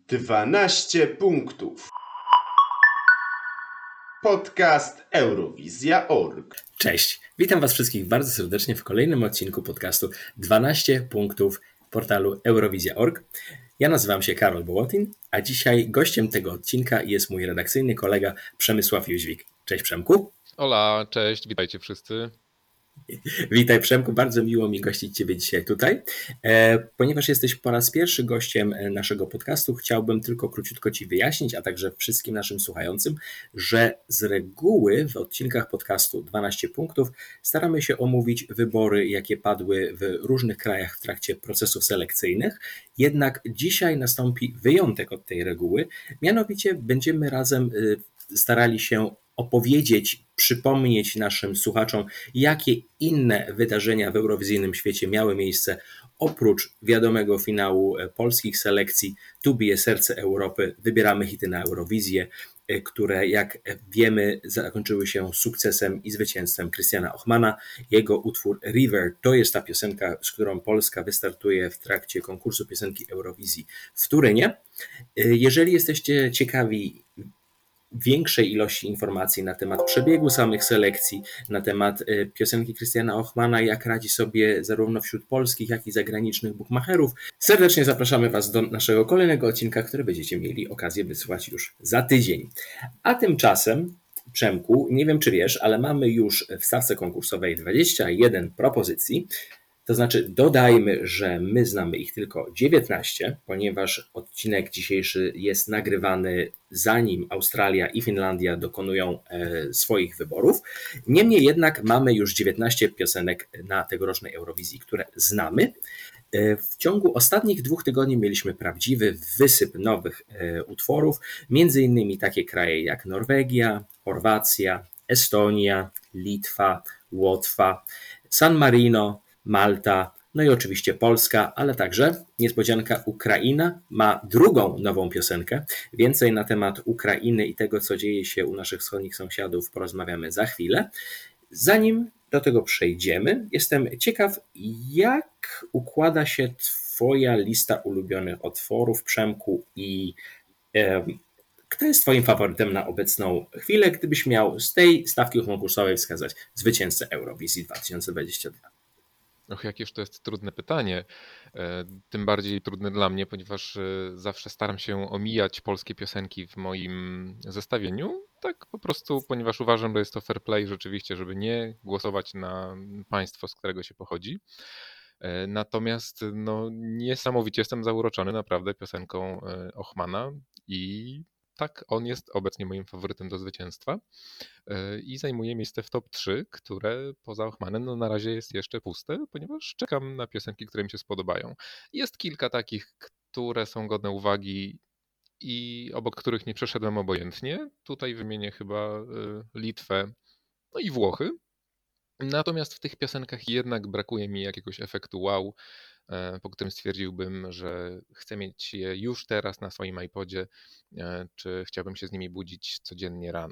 12 punktów. Podcast Eurowizja.org. Cześć, witam Was wszystkich bardzo serdecznie w kolejnym odcinku podcastu 12 punktów portalu Eurowizja.org. Ja nazywam się Karol Bołotin, a dzisiaj gościem tego odcinka jest mój redakcyjny kolega Przemysław Jóźwik. Cześć Przemku. Hola, cześć, witajcie wszyscy. Witaj Przemku, bardzo miło mi gościć Ciebie dzisiaj tutaj. Ponieważ jesteś po raz pierwszy gościem naszego podcastu, chciałbym tylko króciutko Ci wyjaśnić, a także wszystkim naszym słuchającym, że z reguły w odcinkach podcastu 12 punktów staramy się omówić wybory, jakie padły w różnych krajach w trakcie procesów selekcyjnych. Jednak dzisiaj nastąpi wyjątek od tej reguły, mianowicie będziemy razem starali się opowiedzieć, przypomnieć naszym słuchaczom, jakie inne wydarzenia w eurowizyjnym świecie miały miejsce oprócz wiadomego finału polskich selekcji Tu bije serce Europy, wybieramy hity na Eurowizję, które jak wiemy zakończyły się sukcesem i zwycięstwem Christiana Ochmana. Jego utwór River to jest ta piosenka, z którą Polska wystartuje w trakcie konkursu piosenki Eurowizji w Turynie. Jeżeli jesteście ciekawi większej ilości informacji na temat przebiegu samych selekcji, na temat piosenki Christiana Ochmana, jak radzi sobie zarówno wśród polskich, jak i zagranicznych bookmacherów, serdecznie zapraszamy Was do naszego kolejnego odcinka, który będziecie mieli okazję wysłuchać już za tydzień. A tymczasem, Przemku, nie wiem czy wiesz, ale mamy już w stawce konkursowej 21 propozycji. To znaczy dodajmy, że my znamy ich tylko 19, ponieważ odcinek dzisiejszy jest nagrywany zanim Australia i Finlandia dokonują swoich wyborów. Niemniej jednak mamy już 19 piosenek na tegorocznej Eurowizji, które znamy. W ciągu ostatnich 2 tygodni mieliśmy prawdziwy wysyp nowych utworów, między innymi takie kraje jak Norwegia, Chorwacja, Estonia, Litwa, Łotwa, San Marino, Malta, no i oczywiście Polska, ale także niespodzianka, Ukraina ma drugą nową piosenkę. Więcej na temat Ukrainy i tego, co dzieje się u naszych wschodnich sąsiadów, porozmawiamy za chwilę. Zanim do tego przejdziemy, jestem ciekaw, jak układa się Twoja lista ulubionych utworów, Przemku, i kto jest Twoim faworytem na obecną chwilę, gdybyś miał z tej stawki konkursowej wskazać zwycięzcę Eurowizji 2022? Och, jakież to jest trudne pytanie. Tym bardziej trudne dla mnie, ponieważ zawsze staram się omijać polskie piosenki w moim zestawieniu. Tak po prostu, ponieważ uważam, że jest to fair play rzeczywiście, żeby nie głosować na państwo, z którego się pochodzi. Natomiast no, niesamowicie jestem zauroczony naprawdę piosenką Ochmana i tak, on jest obecnie moim faworytem do zwycięstwa i zajmuje miejsce w top 3, które poza Ochmanem no na razie jest jeszcze puste, ponieważ czekam na piosenki, które mi się spodobają. Jest kilka takich, które są godne uwagi i obok których nie przeszedłem obojętnie. Tutaj wymienię chyba Litwę, no i Włochy. Natomiast w tych piosenkach jednak brakuje mi jakiegoś efektu wow, po którym stwierdziłbym, że chcę mieć je już teraz na swoim iPodzie, czy chciałbym się z nimi budzić codziennie rano.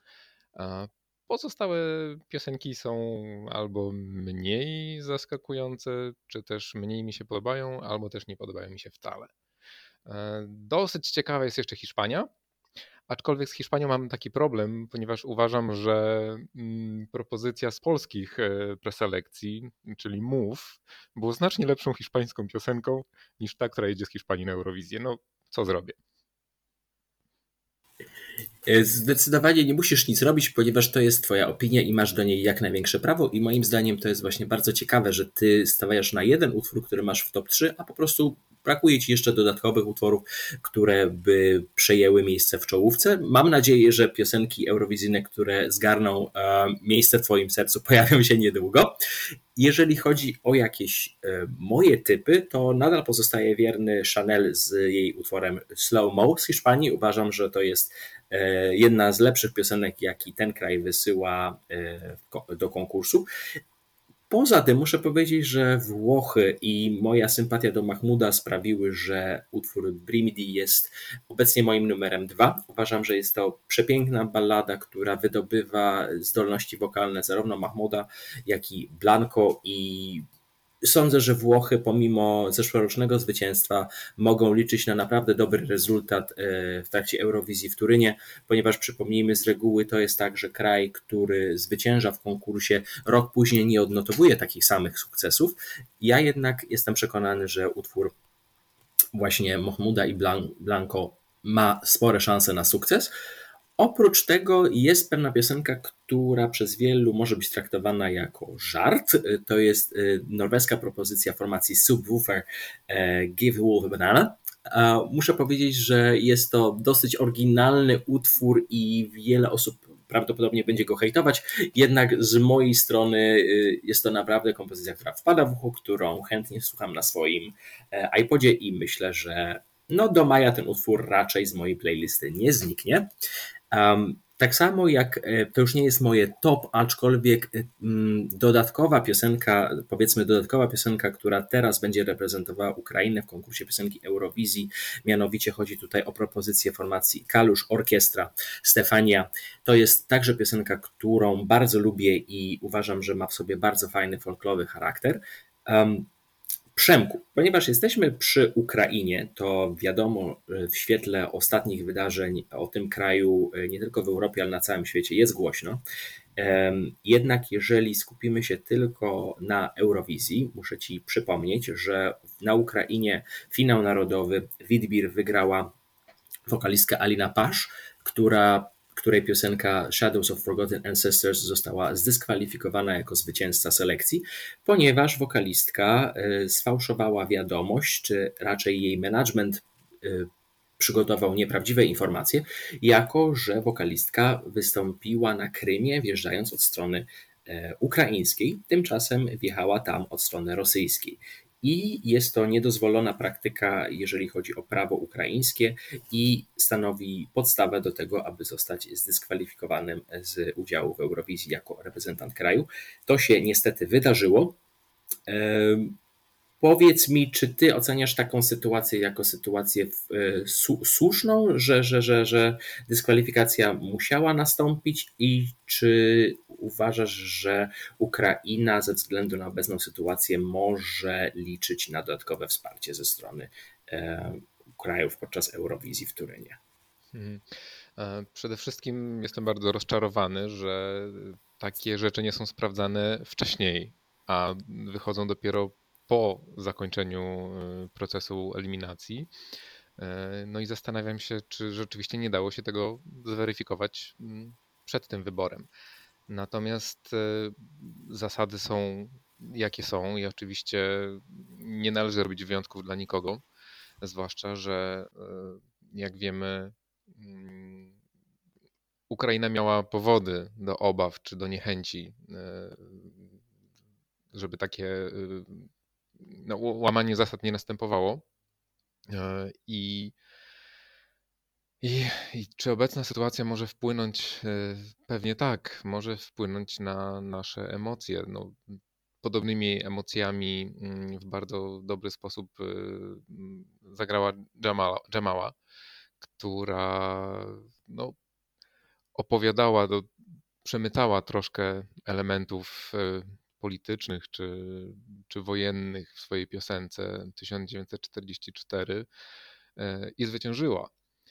Pozostałe piosenki są albo mniej zaskakujące, czy też mniej mi się podobają, albo też nie podobają mi się wcale. Dosyć ciekawa jest jeszcze Hiszpania. Aczkolwiek z Hiszpanią mam taki problem, ponieważ uważam, że propozycja z polskich preselekcji, czyli Move, było znacznie lepszą hiszpańską piosenką niż ta, która jedzie z Hiszpanii na Eurowizję. No, co zrobię? Zdecydowanie nie musisz nic robić, ponieważ to jest Twoja opinia i masz do niej jak największe prawo i moim zdaniem to jest właśnie bardzo ciekawe, że Ty stawiasz na jeden utwór, który masz w top 3, a po prostu brakuje Ci jeszcze dodatkowych utworów, które by przejęły miejsce w czołówce. Mam nadzieję, że piosenki eurowizyjne, które zgarną miejsce w Twoim sercu, pojawią się niedługo. Jeżeli chodzi o jakieś moje typy, to nadal pozostaje wierny Chanel z jej utworem Slow Mo z Hiszpanii. Uważam, że to jest jedna z lepszych piosenek, jaki ten kraj wysyła do konkursu. Poza tym muszę powiedzieć, że Włochy i moja sympatia do Mahmuda sprawiły, że utwór Brimidi jest obecnie moim numerem 2. Uważam, że jest to przepiękna ballada, która wydobywa zdolności wokalne zarówno Mahmuda, jak i Blanco i Sądzę, że Włochy pomimo zeszłorocznego zwycięstwa mogą liczyć na naprawdę dobry rezultat w trakcie Eurowizji w Turynie, ponieważ przypomnijmy, z reguły to jest tak, że kraj, który zwycięża w konkursie, rok później nie odnotowuje takich samych sukcesów. Ja jednak jestem przekonany, że utwór właśnie Mahmouda i Blanco ma spore szanse na sukces. Oprócz tego jest pewna piosenka, która przez wielu może być traktowana jako żart. To jest norweska propozycja formacji Subwoofer Give Wolf a Banana. Muszę powiedzieć, że jest to dosyć oryginalny utwór i wiele osób prawdopodobnie będzie go hejtować, jednak z mojej strony jest to naprawdę kompozycja, która wpada w ucho, którą chętnie słucham na swoim iPodzie i myślę, że do maja ten utwór raczej z mojej playlisty nie zniknie. Tak samo jak to już nie jest moje top, aczkolwiek dodatkowa piosenka, która teraz będzie reprezentowała Ukrainę w konkursie piosenki Eurowizji, mianowicie chodzi tutaj o propozycję formacji Kalusz Orkiestra Stefania. To jest także piosenka, którą bardzo lubię i uważam, że ma w sobie bardzo fajny folklowy charakter. Przemku, ponieważ jesteśmy przy Ukrainie, to wiadomo, w świetle ostatnich wydarzeń o tym kraju nie tylko w Europie, ale na całym świecie jest głośno. Jednak jeżeli skupimy się tylko na Eurowizji, muszę Ci przypomnieć, że na Ukrainie finał narodowy Witbir wygrała wokalistka Alina Pasz, której piosenka Shadows of Forgotten Ancestors została zdyskwalifikowana jako zwycięzca selekcji, ponieważ wokalistka sfałszowała wiadomość, czy raczej jej management przygotował nieprawdziwe informacje, jako że wokalistka wystąpiła na Krymie, wjeżdżając od strony ukraińskiej, tymczasem wjechała tam od strony rosyjskiej. I jest to niedozwolona praktyka, jeżeli chodzi o prawo ukraińskie i stanowi podstawę do tego, aby zostać zdyskwalifikowanym z udziału w Eurowizji jako reprezentant kraju. To się niestety wydarzyło. Powiedz mi, czy ty oceniasz taką sytuację jako sytuację słuszną, że dyskwalifikacja musiała nastąpić i czy uważasz, że Ukraina ze względu na obecną sytuację może liczyć na dodatkowe wsparcie ze strony krajów podczas Eurowizji w Turynie? Przede wszystkim jestem bardzo rozczarowany, że takie rzeczy nie są sprawdzane wcześniej, a wychodzą dopiero po zakończeniu procesu eliminacji. No i zastanawiam się, czy rzeczywiście nie dało się tego zweryfikować przed tym wyborem. Natomiast zasady są jakie są i oczywiście nie należy robić wyjątków dla nikogo, zwłaszcza, że jak wiemy, Ukraina miała powody do obaw czy do niechęci, żeby takie łamanie zasad nie następowało. I czy obecna sytuacja może wpłynąć? Pewnie tak, może wpłynąć na nasze emocje. Podobnymi emocjami w bardzo dobry sposób zagrała Jamala, która opowiadała, przemytała troszkę elementów politycznych czy wojennych w swojej piosence 1944 i zwyciężyła.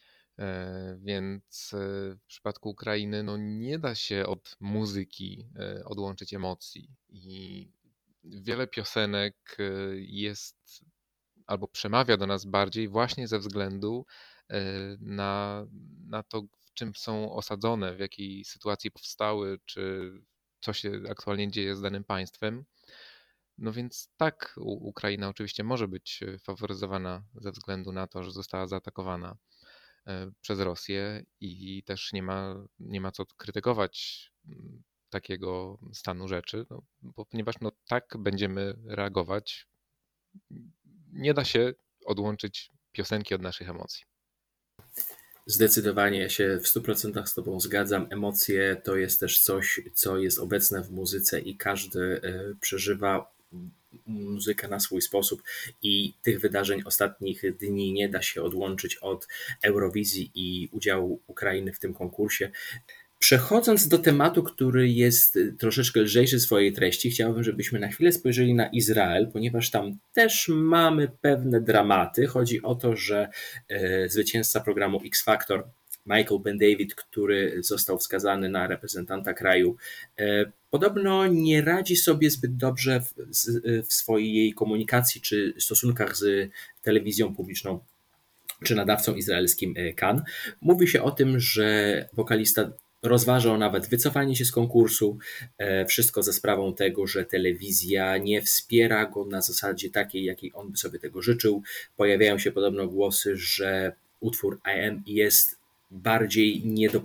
Więc w przypadku Ukrainy nie da się od muzyki odłączyć emocji i wiele piosenek jest albo przemawia do nas bardziej właśnie ze względu na to, w czym są osadzone, w jakiej sytuacji powstały, czy co się aktualnie dzieje z danym państwem. Więc tak, Ukraina oczywiście może być faworyzowana ze względu na to, że została zaatakowana przez Rosję i też nie ma co krytykować takiego stanu rzeczy, ponieważ tak będziemy reagować. Nie da się odłączyć piosenki od naszych emocji. Zdecydowanie się w 100% z Tobą zgadzam. Emocje to jest też coś, co jest obecne w muzyce i każdy przeżywa muzykę na swój sposób i tych wydarzeń ostatnich dni nie da się odłączyć od Eurowizji i udziału Ukrainy w tym konkursie. Przechodząc do tematu, który jest troszeczkę lżejszy w swojej treści, chciałbym, żebyśmy na chwilę spojrzeli na Izrael, ponieważ tam też mamy pewne dramaty. Chodzi o to, że zwycięzca programu X Factor, Michael Ben David, który został wskazany na reprezentanta kraju, podobno nie radzi sobie zbyt dobrze w swojej komunikacji czy stosunkach z telewizją publiczną czy nadawcą izraelskim Kan. Mówi się o tym, że wokalista rozważał nawet wycofanie się z konkursu. Wszystko za sprawą tego, że telewizja nie wspiera go na zasadzie takiej, jakiej on by sobie tego życzył. Pojawiają się podobno głosy, że utwór I Am jest bardziej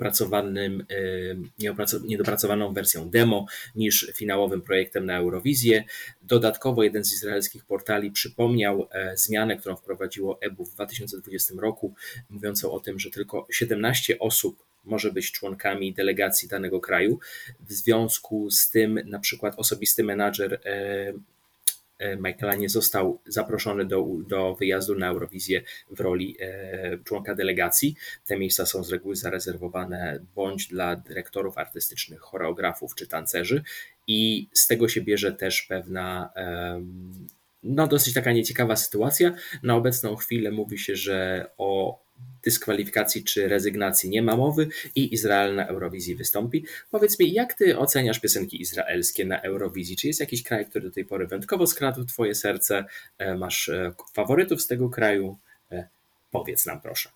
niedopracowaną wersją demo niż finałowym projektem na Eurowizję. Dodatkowo jeden z izraelskich portali przypomniał zmianę, którą wprowadziło EBU w 2020 roku, mówiącą o tym, że tylko 17 osób może być członkami delegacji danego kraju. W związku z tym na przykład osobisty menadżer Michaela nie został zaproszony do wyjazdu na Eurowizję w roli członka delegacji. Te miejsca są z reguły zarezerwowane bądź dla dyrektorów artystycznych, choreografów czy tancerzy i z tego się bierze też pewna dosyć taka nieciekawa sytuacja. Na obecną chwilę mówi się, że o dyskwalifikacji czy rezygnacji nie ma mowy i Izrael na Eurowizji wystąpi. Powiedz mi, jak ty oceniasz piosenki izraelskie na Eurowizji? Czy jest jakiś kraj, który do tej pory wyjątkowo skradł twoje serce? Masz faworytów z tego kraju? Powiedz nam proszę.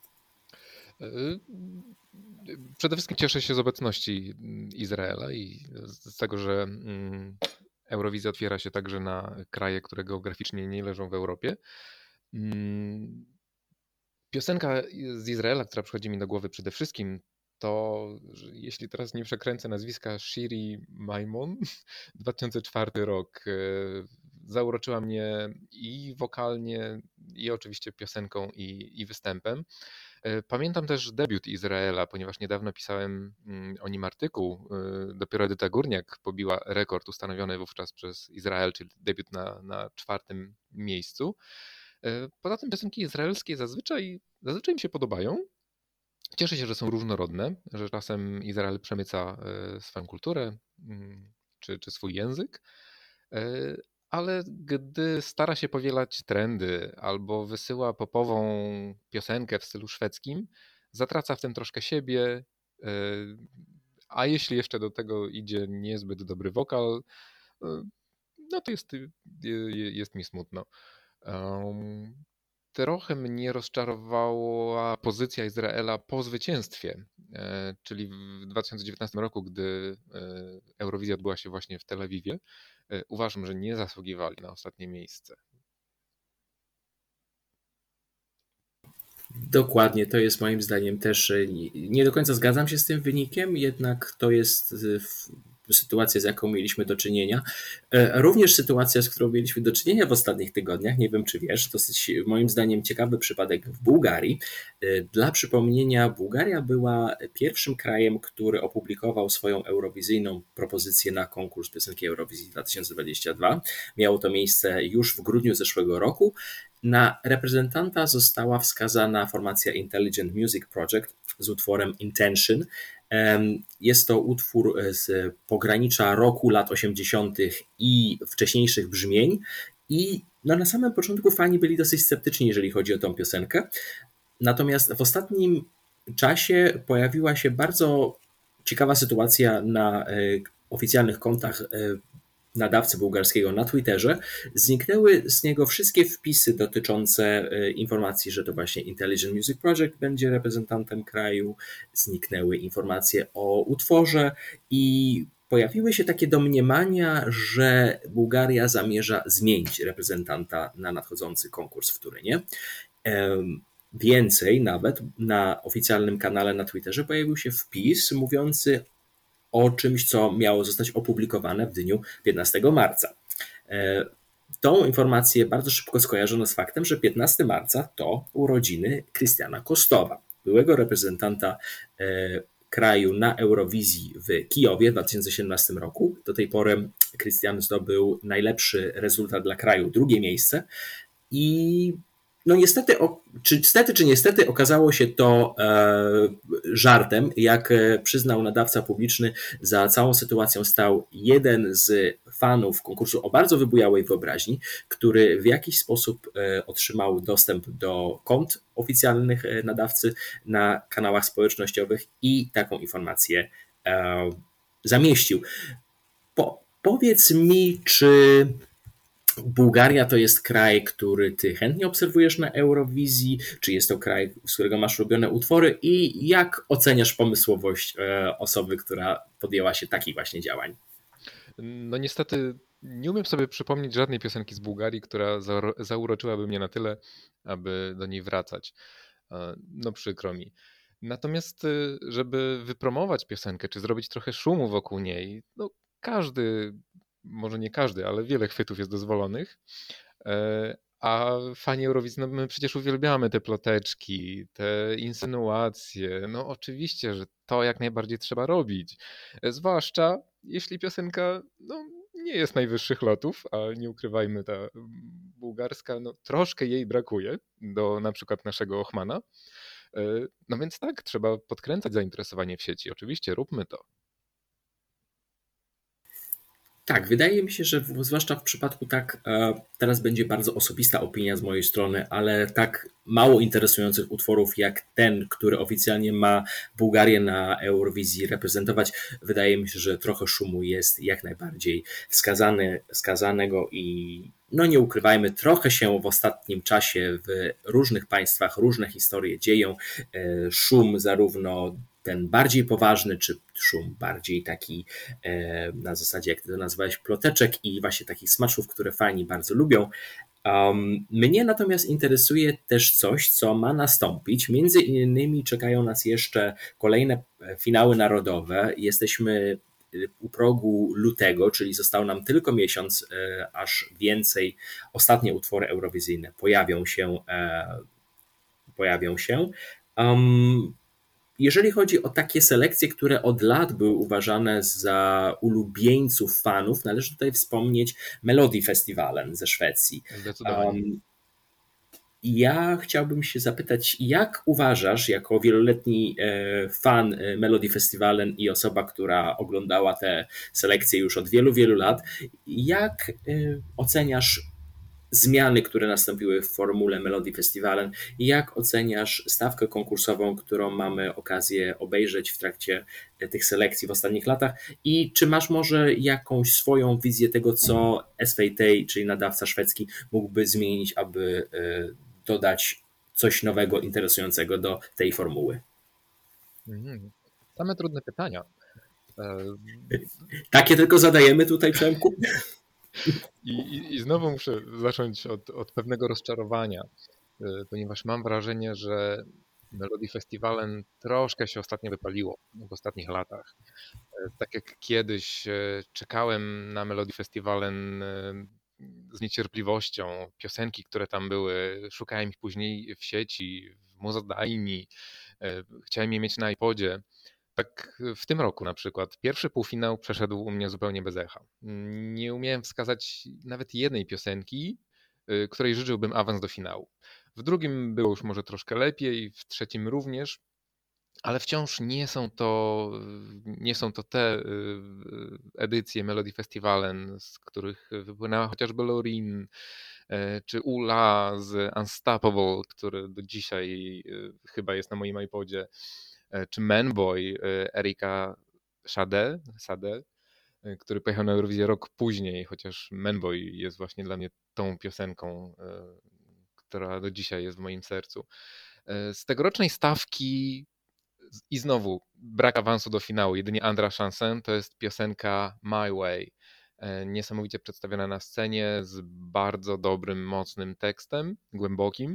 Przede wszystkim cieszę się z obecności Izraela i z tego, że Eurowizja otwiera się także na kraje, które geograficznie nie leżą w Europie. Piosenka z Izraela, która przychodzi mi do głowy przede wszystkim, to, jeśli teraz nie przekręcę nazwiska, Shiri Maimon, 2004 rok. Zauroczyła mnie i wokalnie, i oczywiście piosenką, i występem. Pamiętam też debiut Izraela, ponieważ niedawno pisałem o nim artykuł. Dopiero Edyta Górniak pobiła rekord ustanowiony wówczas przez Izrael, czyli debiut na 4. miejscu. Poza tym piosenki izraelskie zazwyczaj mi się podobają. Cieszę się, że są różnorodne, że czasem Izrael przemyca swoją kulturę czy swój język, ale gdy stara się powielać trendy albo wysyła popową piosenkę w stylu szwedzkim, zatraca w tym troszkę siebie, a jeśli jeszcze do tego idzie niezbyt dobry wokal, no to jest mi smutno. Trochę mnie rozczarowała pozycja Izraela po zwycięstwie, czyli w 2019 roku, gdy Eurowizja odbyła się właśnie w Tel Awiwie. Uważam, że nie zasługiwali na ostatnie miejsce. Dokładnie, to jest moim zdaniem też, nie do końca zgadzam się z tym wynikiem, jednak to jest sytuacja, z jaką mieliśmy do czynienia. Również sytuacja, z którą mieliśmy do czynienia w ostatnich tygodniach, nie wiem czy wiesz, dosyć moim zdaniem ciekawy przypadek w Bułgarii. Dla przypomnienia, Bułgaria była pierwszym krajem, który opublikował swoją eurowizyjną propozycję na konkurs piosenki Eurowizji 2022. Miało to miejsce już w grudniu zeszłego roku. Na reprezentanta została wskazana formacja Intelligent Music Project z utworem Intention. Jest to utwór z pogranicza roku lat 80. i wcześniejszych brzmień i na samym początku fani byli dosyć sceptyczni, jeżeli chodzi o tą piosenkę. Natomiast w ostatnim czasie pojawiła się bardzo ciekawa sytuacja na oficjalnych kontach nadawcy bułgarskiego na Twitterze. Zniknęły z niego wszystkie wpisy dotyczące informacji, że to właśnie Intelligent Music Project będzie reprezentantem kraju. Zniknęły informacje o utworze i pojawiły się takie domniemania, że Bułgaria zamierza zmienić reprezentanta na nadchodzący konkurs w Turynie. Więcej, nawet na oficjalnym kanale na Twitterze pojawił się wpis mówiący o czymś, co miało zostać opublikowane w dniu 15 marca. Tą informację bardzo szybko skojarzono z faktem, że 15 marca to urodziny Krystiana Kostowa, byłego reprezentanta kraju na Eurowizji w Kijowie w 2017 roku. Do tej pory Krystian zdobył najlepszy rezultat dla kraju, drugie miejsce i No niestety, czy niestety okazało się to żartem, jak przyznał nadawca publiczny, za całą sytuacją stał jeden z fanów konkursu o bardzo wybujałej wyobraźni, który w jakiś sposób otrzymał dostęp do kont oficjalnych nadawcy na kanałach społecznościowych i taką informację zamieścił. Powiedz mi, czy Bułgaria to jest kraj, który ty chętnie obserwujesz na Eurowizji? Czy jest to kraj, z którego masz ulubione utwory? I jak oceniasz pomysłowość osoby, która podjęła się takich właśnie działań? No niestety nie umiem sobie przypomnieć żadnej piosenki z Bułgarii, która zauroczyłaby mnie na tyle, aby do niej wracać. No przykro mi. Natomiast, żeby wypromować piosenkę, czy zrobić trochę szumu wokół niej, no każdy, może nie każdy, ale wiele chwytów jest dozwolonych. A fani Eurowizji, no my przecież uwielbiamy te ploteczki, te insynuacje. No oczywiście, że to jak najbardziej trzeba robić. Zwłaszcza jeśli piosenka no, nie jest najwyższych lotów, a nie ukrywajmy, ta bułgarska, no troszkę jej brakuje do na przykład naszego Ochmana. No więc tak, trzeba podkręcać zainteresowanie w sieci. Oczywiście, róbmy to. Tak, wydaje mi się, że zwłaszcza w przypadku teraz będzie bardzo osobista opinia z mojej strony, ale tak mało interesujących utworów jak ten, który oficjalnie ma Bułgarię na Eurowizji reprezentować, wydaje mi się, że trochę szumu jest jak najbardziej wskazanego i no nie ukrywajmy, trochę się w ostatnim czasie w różnych państwach różne historie dzieją. Szum zarówno ten bardziej poważny, czy szum bardziej taki na zasadzie, jak ty to nazwałeś, ploteczek i właśnie takich smaczków, które fani bardzo lubią. Mnie natomiast interesuje też coś, co ma nastąpić. Między innymi czekają nas jeszcze kolejne finały narodowe. Jesteśmy u progu lutego, czyli został nam tylko miesiąc, aż więcej. Ostatnie utwory eurowizyjne pojawią się. Jeżeli chodzi o takie selekcje, które od lat były uważane za ulubieńców fanów, należy tutaj wspomnieć Melodifestivalen ze Szwecji. Zdecydowanie. Ja chciałbym się zapytać, jak uważasz, jako wieloletni fan Melodifestivalen i osoba, która oglądała te selekcje już od wielu, wielu lat, jak oceniasz zmiany, które nastąpiły w formule Melodifestivalen i jak oceniasz stawkę konkursową, którą mamy okazję obejrzeć w trakcie tych selekcji w ostatnich latach i czy masz może jakąś swoją wizję tego, co SVT, czyli nadawca szwedzki, mógłby zmienić, aby dodać coś nowego, interesującego do tej formuły? Same trudne pytania. Takie tylko zadajemy tutaj, Przemku? I znowu muszę zacząć od pewnego rozczarowania, ponieważ mam wrażenie, że Melodifestivalen troszkę się ostatnio wypaliło w ostatnich latach. Tak jak kiedyś czekałem na Melodifestivalen z niecierpliwością, piosenki, które tam były, szukałem ich później w sieci, w muzodajni, chciałem je mieć na iPodzie. Tak w tym roku na przykład pierwszy półfinał przeszedł u mnie zupełnie bez echa. Nie umiałem wskazać nawet jednej piosenki, której życzyłbym awans do finału. W drugim było już może troszkę lepiej, w trzecim również, ale wciąż nie są to te edycje Melodifestivalen, z których wypłynęła chociażby Loreen, czy Ula z Unstoppable, który do dzisiaj chyba jest na moim iPodzie, czy Manboy Erika Sade, który pojechał na Eurowizję rok później, chociaż Manboy jest właśnie dla mnie tą piosenką, która do dzisiaj jest w moim sercu. Z tegorocznej stawki i znowu brak awansu do finału, jedynie Andra Chansen, to jest piosenka My Way. Niesamowicie przedstawiona na scenie, z bardzo dobrym, mocnym tekstem, głębokim,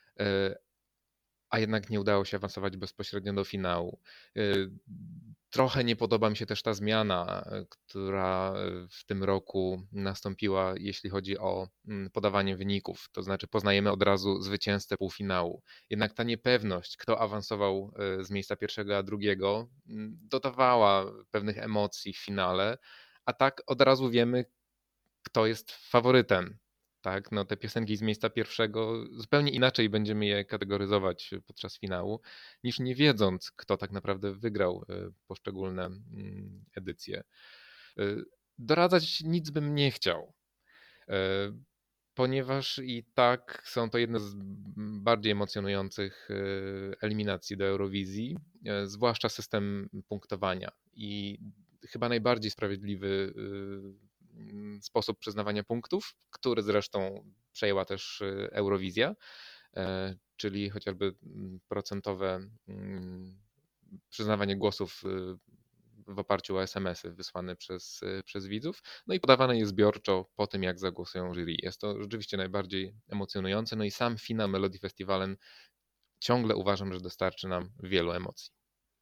a jednak nie udało się awansować bezpośrednio do finału. Trochę nie podoba mi się też ta zmiana, która w tym roku nastąpiła, jeśli chodzi o podawanie wyników. To znaczy poznajemy od razu zwycięzcę półfinału. Jednak ta niepewność, kto awansował z miejsca pierwszego a drugiego, dodawała pewnych emocji w finale, a tak od razu wiemy, kto jest faworytem. tak, no te piosenki z miejsca pierwszego, zupełnie inaczej będziemy je kategoryzować podczas finału, niż nie wiedząc, kto tak naprawdę wygrał poszczególne edycje. Doradzać nic bym nie chciał, ponieważ i tak są to jedne z bardziej emocjonujących eliminacji do Eurowizji, zwłaszcza system punktowania i chyba najbardziej sprawiedliwy sposób przyznawania punktów, który zresztą przejęła też Eurowizja, czyli chociażby procentowe przyznawanie głosów w oparciu o SMS-y wysłane przez widzów, no i podawane jest zbiorczo po tym, jak zagłosują jury. Jest to rzeczywiście najbardziej emocjonujące, no i sam finał Melody Festivalen ciągle uważam, że dostarczy nam wielu emocji.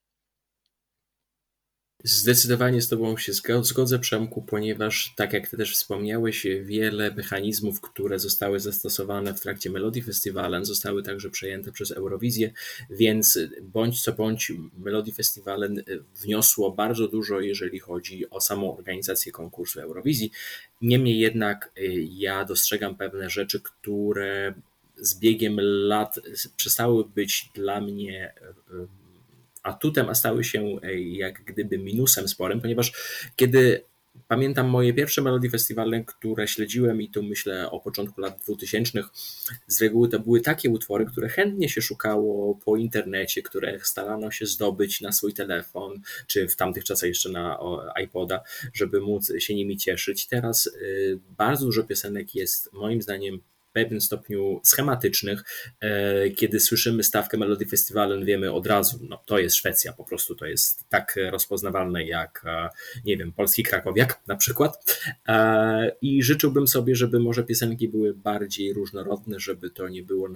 Zdecydowanie z Tobą się zgodzę, Przemku, ponieważ, tak jak Ty też wspomniałeś, wiele mechanizmów, które zostały zastosowane w trakcie Melody Festivalen, zostały także przejęte przez Eurowizję, więc bądź co bądź Melody Festivalen wniosło bardzo dużo, jeżeli chodzi o samą organizację konkursu Eurowizji. Niemniej jednak ja dostrzegam pewne rzeczy, które z biegiem lat przestały być dla mnie atutem, a stały się jak gdyby minusem sporym, ponieważ kiedy pamiętam moje pierwsze Melody Festivale, które śledziłem i tu myślę o początku lat 2000, z reguły to były takie utwory, które chętnie się szukało po internecie, które starano się zdobyć na swój telefon, czy w tamtych czasach jeszcze na iPoda, żeby móc się nimi cieszyć. Teraz bardzo dużo piosenek jest moim zdaniem w pewnym stopniu schematycznych. Kiedy słyszymy stawkę Melody Festivalen, wiemy od razu, no to jest Szwecja, po prostu to jest tak rozpoznawalne jak, nie wiem, polski krakowiak na przykład. I życzyłbym sobie, żeby może piosenki były bardziej różnorodne, żeby to nie było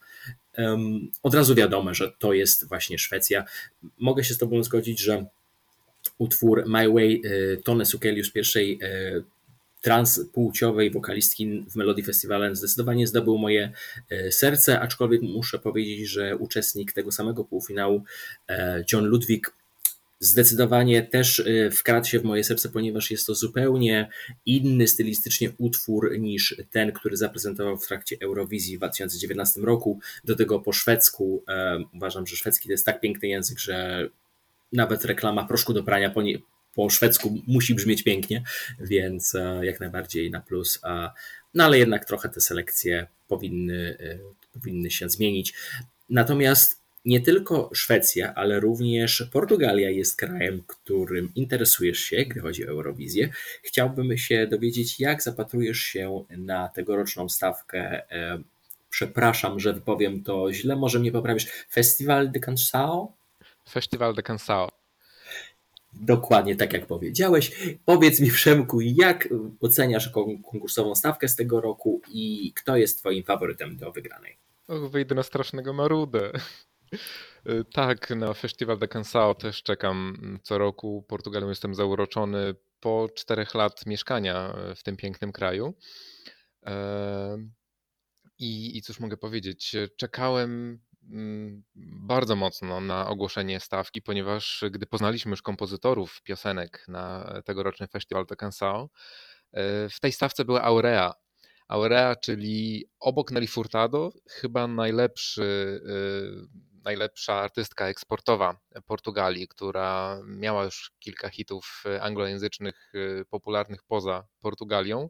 od razu wiadome, że to jest właśnie Szwecja. Mogę się z Tobą zgodzić, że utwór My Way Tone Sukelius, pierwszej transpłciowej wokalistki w Melody Festivalen, zdecydowanie zdobył moje serce, aczkolwiek muszę powiedzieć, że uczestnik tego samego półfinału, John Ludwig, zdecydowanie też wkradł się w moje serce, ponieważ jest to zupełnie inny stylistycznie utwór niż ten, który zaprezentował w trakcie Eurowizji w 2019 roku. Do tego po szwedzku. Uważam, że szwedzki to jest tak piękny język, że nawet reklama proszku do prania po szwedzku musi brzmieć pięknie, więc jak najbardziej na plus. No ale jednak trochę te selekcje powinny się zmienić. Natomiast nie tylko Szwecja, ale również Portugalia jest krajem, którym interesujesz się, gdy chodzi o Eurowizję. Chciałbym się dowiedzieć, jak zapatrujesz się na tegoroczną stawkę, przepraszam, że wypowiem to źle, może mnie poprawisz, Festival de Canção? Festival de Canção. Dokładnie tak jak powiedziałeś. Powiedz mi, Przemku, jak oceniasz konkursową stawkę z tego roku i kto jest Twoim faworytem do wygranej? Wyjdę na strasznego marudę. Tak, na Festival de Canção też czekam co roku. Portugalią jestem zauroczony po 4 lat mieszkania w tym pięknym kraju. I cóż mogę powiedzieć? Czekałem bardzo mocno na ogłoszenie stawki, ponieważ gdy poznaliśmy już kompozytorów piosenek na tegoroczny Festival de Canção, w tej stawce była Aurea. Aurea, czyli obok Nelly Furtado chyba najlepsza artystka eksportowa Portugalii, która miała już kilka hitów anglojęzycznych popularnych poza Portugalią.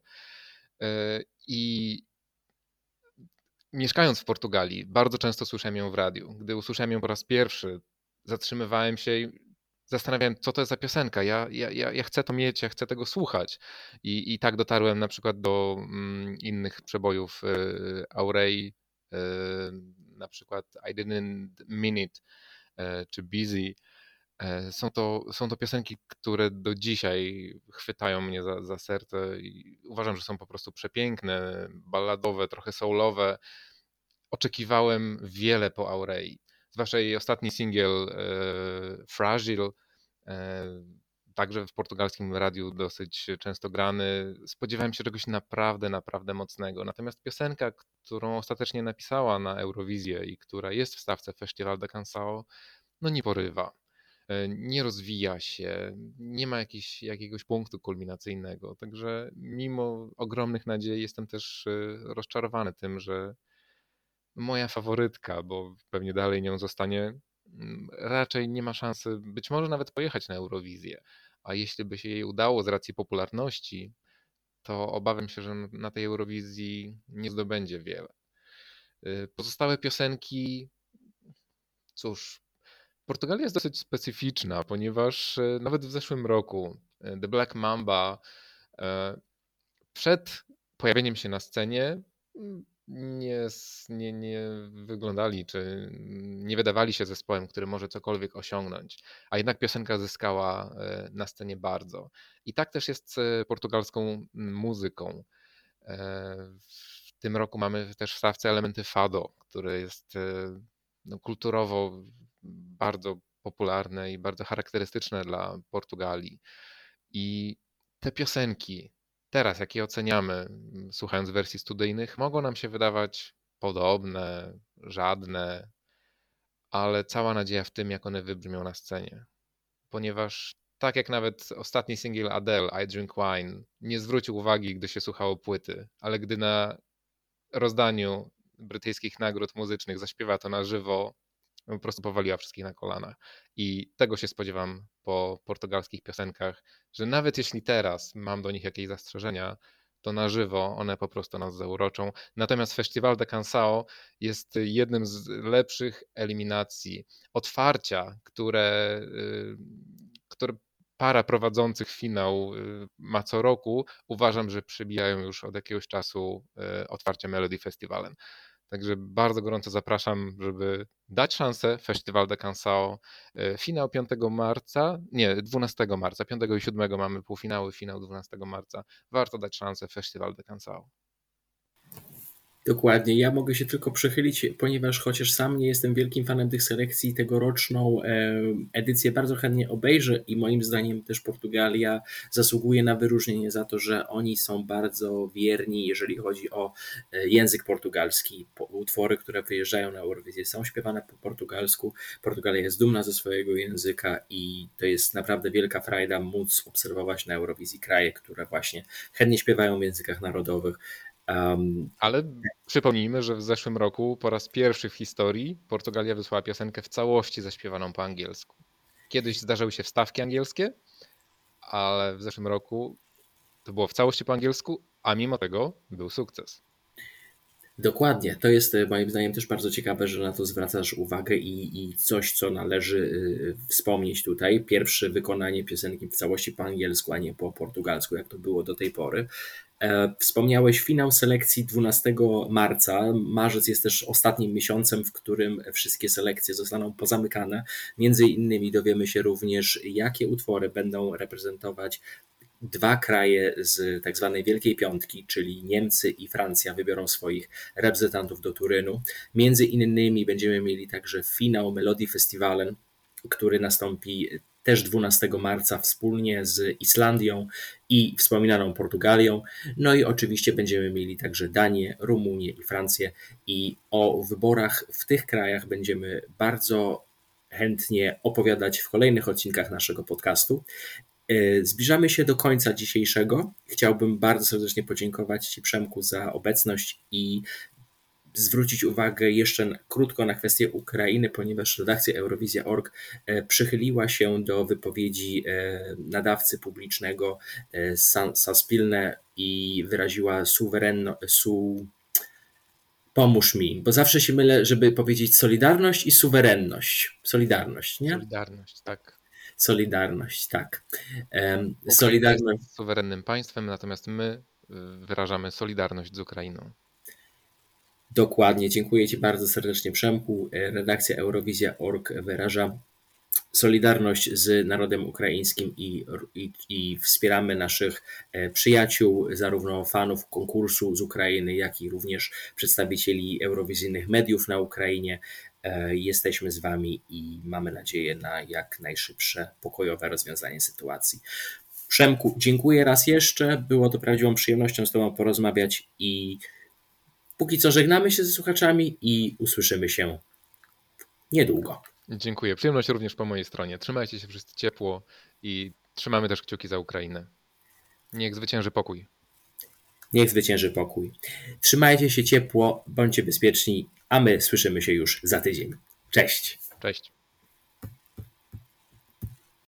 I mieszkając w Portugalii, bardzo często słyszałem ją w radiu. Gdy usłyszałem ją po raz pierwszy, zatrzymywałem się i zastanawiałem, co to jest za piosenka. Ja chcę to mieć, ja chcę tego słuchać. I tak dotarłem na przykład do innych przebojów Aurei, na przykład I Didn't Mean It czy Busy. Są to piosenki, które do dzisiaj chwytają mnie za serce i uważam, że są po prostu przepiękne, balladowe, trochę soulowe. Oczekiwałem wiele po Aurei, zwłaszcza jej ostatni singiel Fragile, także w portugalskim radiu dosyć często grany. Spodziewałem się czegoś naprawdę, naprawdę mocnego. Natomiast piosenka, którą ostatecznie napisała na Eurowizję i która jest w stawce Festival de Canção, no nie porywa. nie rozwija się, nie ma jakiegoś punktu kulminacyjnego. Także mimo ogromnych nadziei jestem też rozczarowany tym, że moja faworytka, bo pewnie dalej nią zostanie, raczej nie ma szansy być może nawet pojechać na Eurowizję. A jeśli by się jej udało z racji popularności, to obawiam się, że na tej Eurowizji nie zdobędzie wiele. Pozostałe piosenki, cóż, Portugalia jest dosyć specyficzna, ponieważ nawet w zeszłym roku The Black Mamba przed pojawieniem się na scenie nie wyglądali, czy nie wydawali się zespołem, który może cokolwiek osiągnąć, a jednak piosenka zyskała na scenie bardzo. I tak też jest z portugalską muzyką. W tym roku mamy też w stawce elementy fado, które jest kulturowo bardzo popularne i bardzo charakterystyczne dla Portugalii. I te piosenki, teraz jak je oceniamy, słuchając wersji studyjnych, mogą nam się wydawać podobne, żadne, ale cała nadzieja w tym, jak one wybrzmią na scenie. Ponieważ tak jak nawet ostatni singiel Adele, I Drink Wine, nie zwrócił uwagi, gdy się słuchało płyty, ale gdy na rozdaniu brytyjskich nagród muzycznych zaśpiewa to na żywo, po prostu powaliła wszystkich na kolanach. I tego się spodziewam po portugalskich piosenkach, że nawet jeśli teraz mam do nich jakieś zastrzeżenia, to na żywo one po prostu nas zauroczą. Natomiast Festival de Canção jest jednym z lepszych eliminacji, otwarcia, które para prowadzących finał ma co roku. Uważam, że przybijają już od jakiegoś czasu otwarcie Melody Festivalem. Także bardzo gorąco zapraszam, żeby dać szansę Festival de Canção. Finał 5 marca, nie, 12 marca, 5 i 7 mamy półfinały, finał 12 marca. Warto dać szansę Festival de Canção. Dokładnie, ja mogę się tylko przychylić, ponieważ chociaż sam nie jestem wielkim fanem tych selekcji, tegoroczną edycję bardzo chętnie obejrzę i moim zdaniem też Portugalia zasługuje na wyróżnienie za to, że oni są bardzo wierni, jeżeli chodzi o język portugalski. Utwory, które wyjeżdżają na Eurowizję, są śpiewane po portugalsku. Portugalia jest dumna ze swojego języka i to jest naprawdę wielka frajda móc obserwować na Eurowizji kraje, które właśnie chętnie śpiewają w językach narodowych. Ale przypomnijmy, że w zeszłym roku po raz pierwszy w historii Portugalia wysłała piosenkę w całości zaśpiewaną po angielsku. Kiedyś zdarzały się wstawki angielskie, ale w zeszłym roku to było w całości po angielsku, a mimo tego był sukces. Dokładnie, to jest moim zdaniem też bardzo ciekawe, że na to zwracasz uwagę i coś, co należy wspomnieć tutaj. Pierwsze wykonanie piosenki w całości po angielsku, a nie po portugalsku, jak to było do tej pory. Wspomniałeś finał selekcji 12 marca. Marzec jest też ostatnim miesiącem, w którym wszystkie selekcje zostaną pozamykane. Między innymi dowiemy się również, jakie utwory będą reprezentować dwa kraje z tak zwanej Wielkiej Piątki, czyli Niemcy i Francja wybiorą swoich reprezentantów do Turynu. Między innymi będziemy mieli także finał Melody Festivalen, który nastąpi też 12 marca wspólnie z Islandią i wspominaną Portugalią. No i oczywiście będziemy mieli także Danię, Rumunię i Francję i o wyborach w tych krajach będziemy bardzo chętnie opowiadać w kolejnych odcinkach naszego podcastu. Zbliżamy się do końca dzisiejszego. Chciałbym bardzo serdecznie podziękować Ci, Przemku, za obecność i zwrócić uwagę jeszcze krótko na kwestię Ukrainy, ponieważ redakcja Eurowizja.org przychyliła się do wypowiedzi nadawcy publicznego Saspilne i wyraziła pomóż mi, bo zawsze się mylę, żeby powiedzieć solidarność i suwerenność. Solidarność, nie? Solidarność, tak. Solidarność, tak. Solidarność jest suwerennym państwem, natomiast my wyrażamy solidarność z Ukrainą. Dokładnie, dziękuję Ci bardzo serdecznie, Przemku. Redakcja Eurowizja.org wyraża solidarność z narodem ukraińskim i wspieramy naszych przyjaciół, zarówno fanów konkursu z Ukrainy, jak i również przedstawicieli eurowizyjnych mediów na Ukrainie. Jesteśmy z Wami i mamy nadzieję na jak najszybsze, pokojowe rozwiązanie sytuacji. Przemku, dziękuję raz jeszcze. Było to prawdziwą przyjemnością z Tobą porozmawiać i póki co żegnamy się ze słuchaczami i usłyszymy się niedługo. Dziękuję. Przyjemność również po mojej stronie. Trzymajcie się wszyscy ciepło i trzymamy też kciuki za Ukrainę. Niech zwycięży pokój. Niech zwycięży pokój. Trzymajcie się ciepło, bądźcie bezpieczni, a my słyszymy się już za tydzień. Cześć! Cześć.